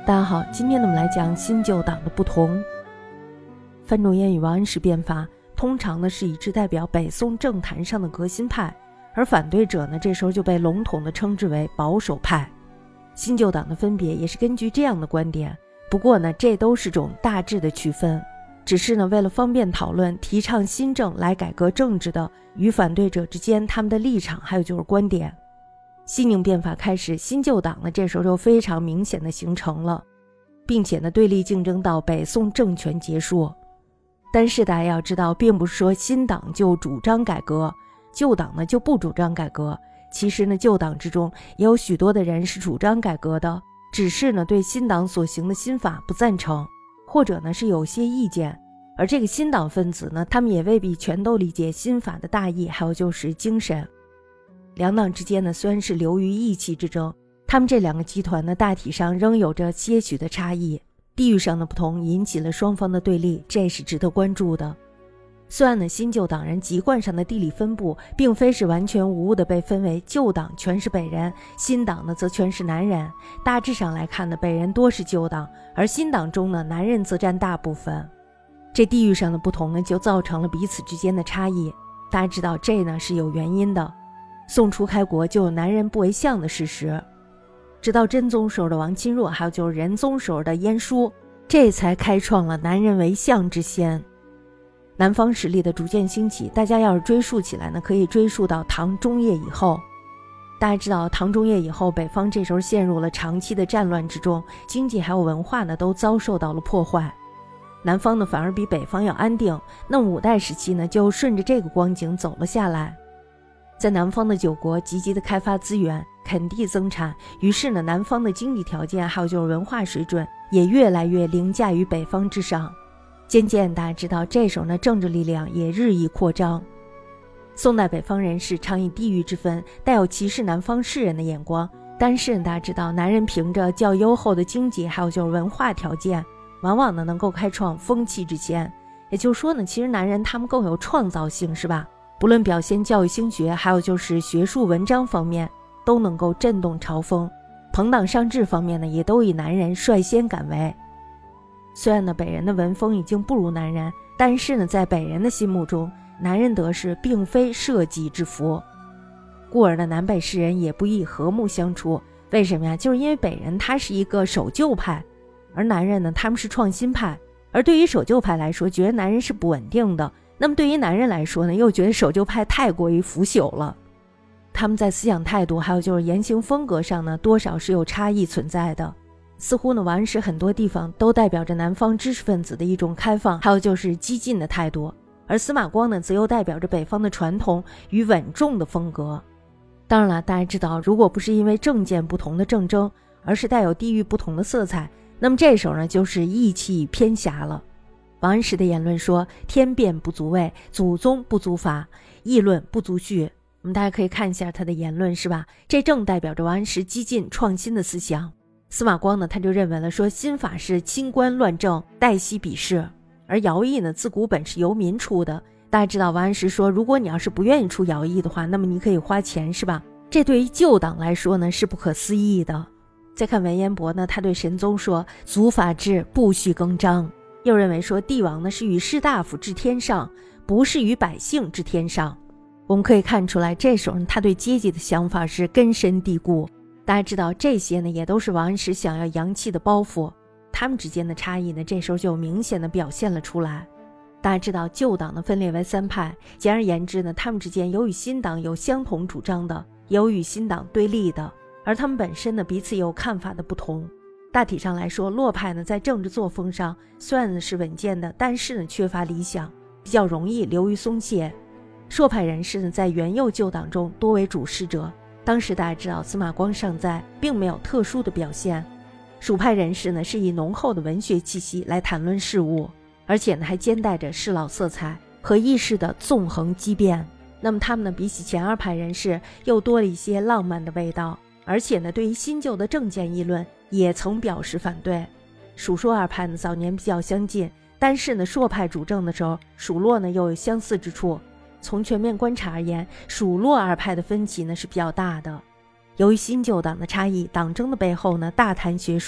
大家好，今天呢我们来讲新旧党的不同。范仲淹与王安石变法，通常呢是以之代表北宋政坛上的革新派，而反对者呢这时候就被笼统地称之为保守派。新旧党的分别也是根据这样的观点，不过呢这都是种大致的区分，只是呢为了方便讨论提倡新政来改革政治的与反对者之间他们的立场还有就是观点。西宁变法开始，新旧党呢这时候就非常明显的形成了，并且呢对立竞争到北宋政权结束。但是大家要知道，并不是说新党就主张改革，旧党呢就不主张改革。其实呢旧党之中也有许多的人是主张改革的，只是呢对新党所行的新法不赞成，或者呢是有些意见。而这个新党分子呢，他们也未必全都理解新法的大意还有就是精神。两党之间呢虽然是流于意气之争，他们这两个集团呢大体上仍有着些许的差异，地域上的不同引起了双方的对立，这是值得关注的。虽然呢新旧党人籍贯上的地理分布并非是完全无误的被分为旧党全是北人，新党呢则全是南人，大致上来看呢北人多是旧党，而新党中呢南人则占大部分。这地域上的不同呢就造成了彼此之间的差异，大家知道这呢是有原因的。宋初开国就有南人不为相的事实，直到真宗时候的王钦若，还有就是仁宗时候的晏殊，这才开创了南人为相之先。南方势力的逐渐兴起，大家要是追溯起来呢，可以追溯到唐中叶以后。大家知道唐中叶以后，北方这时候陷入了长期的战乱之中，经济还有文化呢都遭受到了破坏，南方呢反而比北方要安定。那五代时期呢就顺着这个光景走了下来，在南方的九国积极的开发资源，垦地增产，于是呢南方的经济条件还有就是文化水准也越来越凌驾于北方之上。渐渐大家知道，这时候呢政治力量也日益扩张。宋代北方人士常以地域之分带有歧视南方士人的眼光，但是大家知道南人凭着较优厚的经济还有就是文化条件，往往呢能够开创风气之先。也就是说呢，其实南人他们更有创造性，是吧？不论表现教育兴学还有就是学术文章方面，都能够震动朝风。朋党上志方面呢，也都以南人率先敢为。虽然呢北人的文风已经不如南人，但是呢在北人的心目中，南人得势并非社稷之福，故而呢南北士人也不易和睦相处。为什么呀？就是因为北人他是一个守旧派，而南人呢他们是创新派。而对于守旧派来说，觉得南人是不稳定的，那么对于南人来说呢，又觉得守旧派太过于腐朽了。他们在思想态度还有就是言行风格上呢，多少是有差异存在的。似乎呢王安石很多地方都代表着南方知识分子的一种开放还有就是激进的态度，而司马光呢则又代表着北方的传统与稳重的风格。当然了，大家知道，如果不是因为政见不同的政争，而是带有地域不同的色彩，那么这时候呢就是意气偏狭了。王安石的言论说，天变不足畏，祖宗不足伐，议论不足序。我们大家可以看一下他的言论，是吧？这正代表着王安石激进创新的思想。司马光呢他就认为了说，新法是清官乱政，代西比士，而徭役呢自古本是由民出的。大家知道王安石说，如果你要是不愿意出徭役的话，那么你可以花钱，是吧？这对于旧党来说呢是不可思议的。再看文彦博呢，他对神宗说，足法治，不许更张。又认为说，帝王呢是与士大夫治天上，不是与百姓治天上。我们可以看出来，这时候他对阶级的想法是根深蒂固。大家知道，这些呢也都是王安石想要扬弃的包袱，他们之间的差异呢这时候就明显的表现了出来。大家知道，旧党呢分裂为三派，简而言之呢，他们之间有与新党有相同主张的，有与新党对立的，而他们本身呢彼此有看法的不同。大体上来说，洛派呢在政治作风上虽然呢是稳健的，但是呢缺乏理想，比较容易流于松懈。朔派人士呢在元佑旧党中多为主事者，当时大家知道司马光尚在，并没有特殊的表现。蜀派人士呢是以浓厚的文学气息来谈论事物，而且呢还兼带着士老色彩和意识的纵横激变。那么他们呢比起前二派人士又多了一些浪漫的味道，而且呢对于新旧的政见议论也曾表示反对。蜀朔二派呢早年比较相近，但是呢朔派主政的时候，蜀洛呢又有相似之处。从全面观察而言，蜀洛二派的分歧呢是比较大的。由于新旧党的差异，党争的背后呢大谈学术，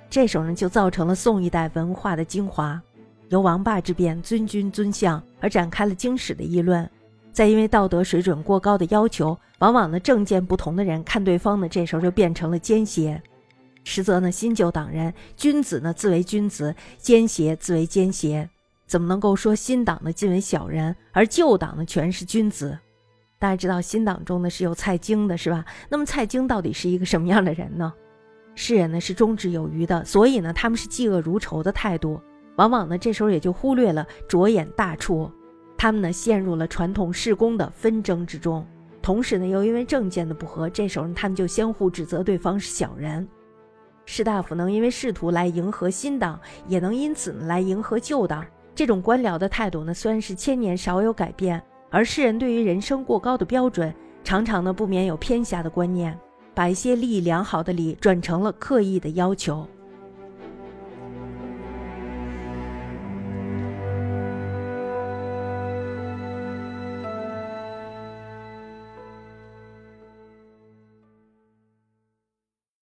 这时候呢，就造成了宋一代文化的精华。由王霸之变、尊君尊相而展开了经史的议论。再因为道德水准过高的要求，往往呢政见不同的人看对方呢，这时候就变成了奸邪。实则呢，新旧党人君子呢自为君子，奸邪自为奸邪，怎么能够说新党呢尽为小人，而旧党呢全是君子？大家知道新党中呢是有蔡京的，是吧？那么蔡京到底是一个什么样的人呢？世人呢是忠直有余的，所以呢他们是嫉恶如仇的态度，往往呢这时候也就忽略了着眼大处。他们呢陷入了传统事功的纷争之中，同时呢又因为政见的不合，这时候他们就相互指责对方是小人。士大夫能因为试图来迎合新党，也能因此来迎合旧党。这种官僚的态度呢，虽然是千年少有改变，而世人对于人生过高的标准，常常呢不免有偏狭的观念，把一些利益良好的理转成了刻意的要求。